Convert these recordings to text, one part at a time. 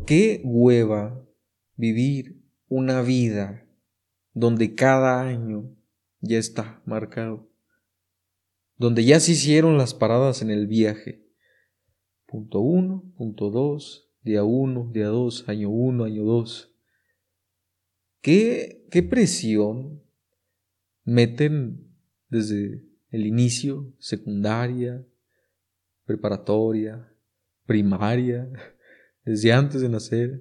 Qué hueva vivir una vida donde cada año ya está marcado, donde ya se hicieron las paradas en el viaje. Punto 1, punto 2, día 1, día 2, año 1, año 2. ¿Qué presión meten desde el inicio, secundaria, preparatoria, primaria, desde antes de nacer?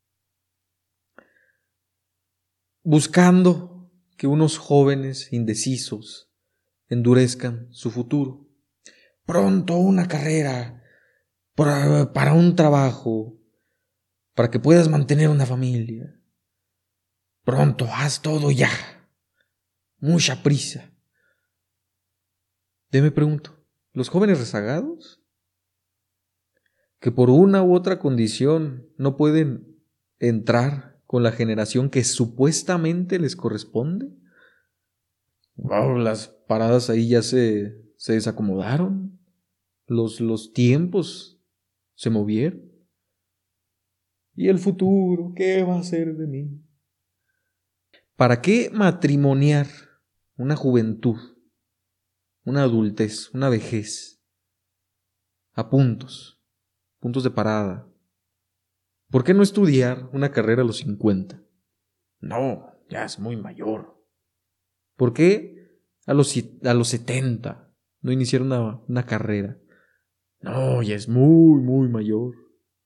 Buscando que unos jóvenes indecisos endurezcan su futuro. Pronto una carrera, para un trabajo, para que puedas mantener una familia. Pronto, haz todo ya. Mucha prisa. Yo me pregunto, ¿los jóvenes rezagados? Que por una u otra condición no pueden entrar con la generación que supuestamente les corresponde. Wow, las paradas ahí ya se desacomodaron. Los tiempos se movieron. ¿Y el futuro? ¿Qué va a ser de mí? ¿Para qué matrimoniar una juventud, una adultez, una vejez a puntos de parada? ¿Por qué no estudiar una carrera a los 50? No, ya es muy mayor. ¿Por qué a los 70 no iniciar una carrera? No, ya es muy, muy mayor.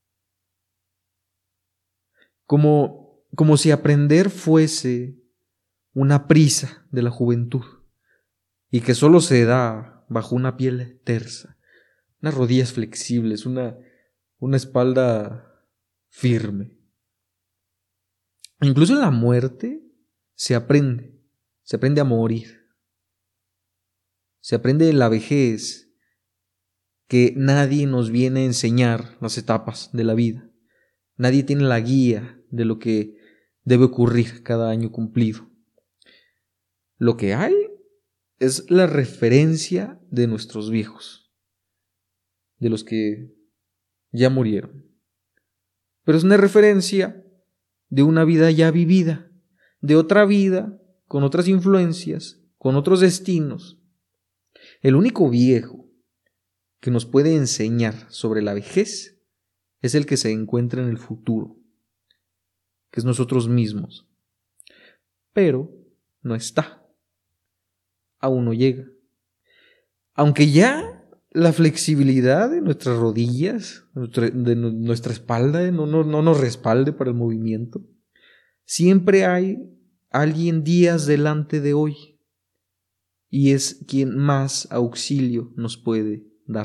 Como si aprender fuese una prisa de la juventud y que solo se da bajo una piel tersa, unas rodillas flexibles, una espalda firme. Incluso en la muerte se aprende a morir. Se aprende en la vejez que nadie nos viene a enseñar las etapas de la vida. Nadie tiene la guía de lo que debe ocurrir cada año cumplido. Lo que hay es la referencia de nuestros viejos, de los que ya murieron. Pero es una referencia de una vida ya vivida, de otra vida, con otras influencias, con otros destinos. El único viejo que nos puede enseñar sobre la vejez es el que se encuentra en el futuro, que es nosotros mismos. Pero no está. Aún no llega. Aunque ya la flexibilidad de nuestras rodillas, de nuestra espalda, no nos respalde para el movimiento, siempre hay alguien días delante de hoy y es quien más auxilio nos puede dar.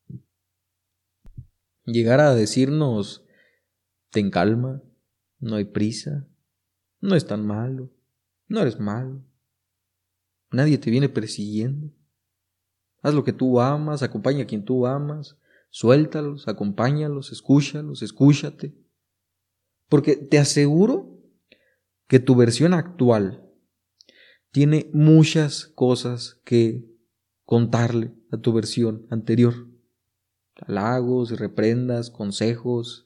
Llegar a decirnos, ten calma, no hay prisa, no es tan malo, no eres malo, nadie te viene persiguiendo. Haz lo que tú amas, acompaña a quien tú amas, suéltalos, acompáñalos, escúchalos, escúchate. Porque te aseguro que tu versión actual tiene muchas cosas que contarle a tu versión anterior. Halagos, reprendas, consejos.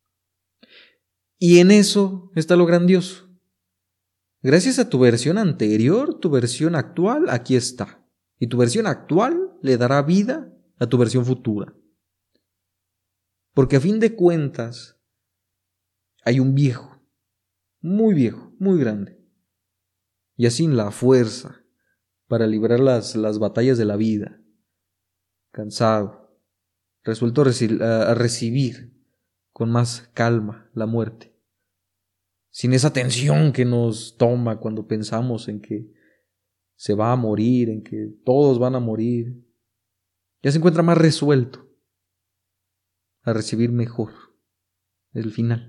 Y en eso está lo grandioso. Gracias a tu versión anterior, tu versión actual aquí está. Y tu versión actual le dará vida a tu versión futura. Porque a fin de cuentas, hay un viejo, muy grande, y así la fuerza para librar las batallas de la vida, cansado, resuelto a recibir con más calma la muerte, sin esa tensión que nos toma cuando pensamos en que se va a morir, en que todos van a morir. Ya se encuentra más resuelto a recibir mejor el final.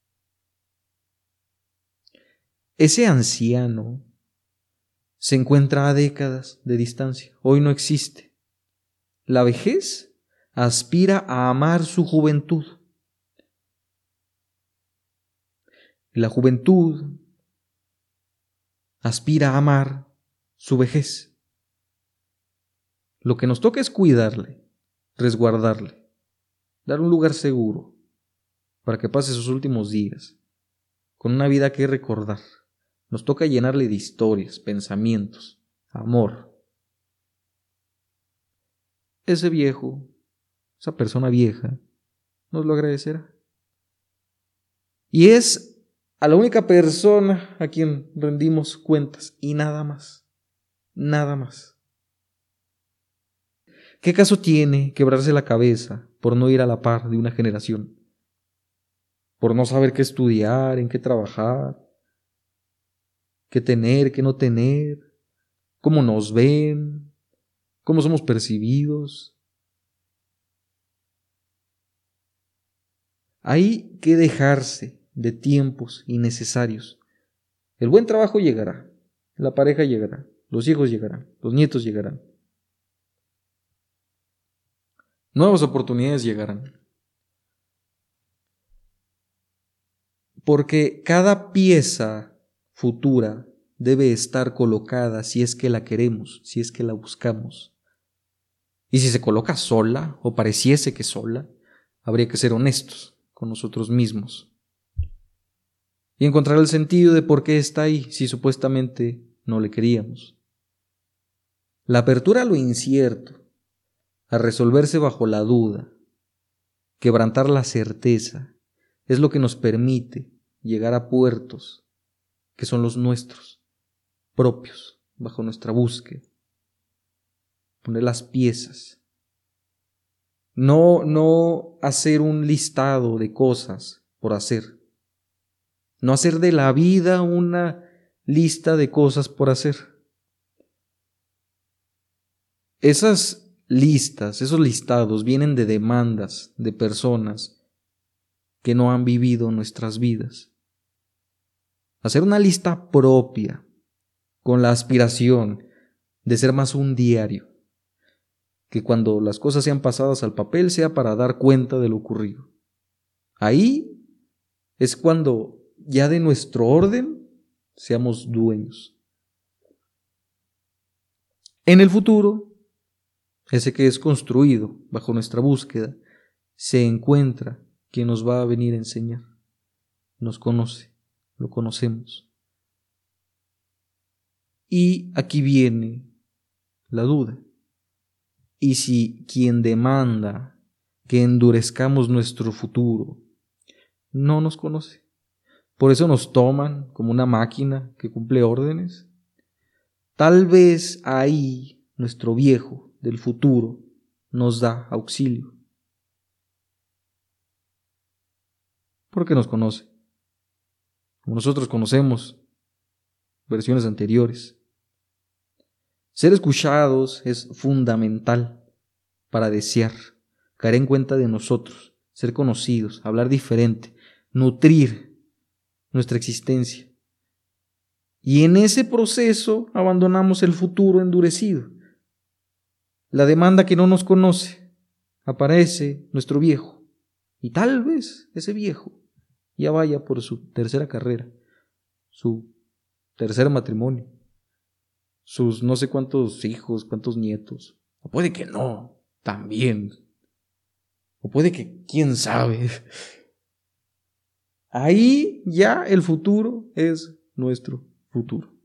Ese anciano se encuentra a décadas de distancia. Hoy no existe. La vejez aspira a amar su juventud. La juventud aspira a amar su vejez. Lo que nos toca es cuidarle, resguardarle, dar un lugar seguro para que pase sus últimos días, con una vida que recordar. Nos toca llenarle de historias, pensamientos, amor. Ese viejo, esa persona vieja, nos lo agradecerá. Y es a la única persona a quien rendimos cuentas y nada más. Nada más. ¿Qué caso tiene quebrarse la cabeza por no ir a la par de una generación? Por no saber qué estudiar, en qué trabajar, qué tener, qué no tener, cómo nos ven, cómo somos percibidos. Hay que dejarse de tiempos innecesarios. El buen trabajo llegará, la pareja llegará, los hijos llegarán, los nietos llegarán. Nuevas oportunidades llegarán. Porque cada pieza futura debe estar colocada si es que la queremos, si es que la buscamos. Y si se coloca sola, o pareciese que sola, habría que ser honestos con nosotros mismos y encontrar el sentido de por qué está ahí si supuestamente no le queríamos. La apertura a lo incierto, a resolverse bajo la duda, quebrantar la certeza, es lo que nos permite llegar a puertos que son los nuestros, propios, bajo nuestra búsqueda. Poner las piezas. No hacer un listado de cosas por hacer. No hacer de la vida una lista de cosas por hacer. Esas listas, esos listados vienen de demandas de personas que no han vivido nuestras vidas. Hacer una lista propia, con la aspiración de ser más un diario, que cuando las cosas sean pasadas al papel sea para dar cuenta de lo ocurrido. Ahí es cuando ya de nuestro orden seamos dueños. En el futuro, ese que es construido bajo nuestra búsqueda, se encuentra quien nos va a venir a enseñar. Nos conoce, lo conocemos. Y aquí viene la duda. ¿Y si quien demanda que endurezcamos nuestro futuro no nos conoce? Por eso nos toman como una máquina que cumple órdenes. Tal vez ahí nuestro viejo del futuro nos da auxilio. Porque nos conoce. Como nosotros conocemos versiones anteriores. Ser escuchados es fundamental para desear, caer en cuenta de nosotros, ser conocidos, hablar diferente, nutrir nuestra existencia. Y en ese proceso abandonamos el futuro endurecido. La demanda que no nos conoce, aparece nuestro viejo. Y tal vez ese viejo ya vaya por su tercera carrera, su tercer matrimonio, sus no sé cuántos hijos, cuántos nietos. O puede que no, también. O puede que, quién sabe. Ahí ya el futuro es nuestro futuro.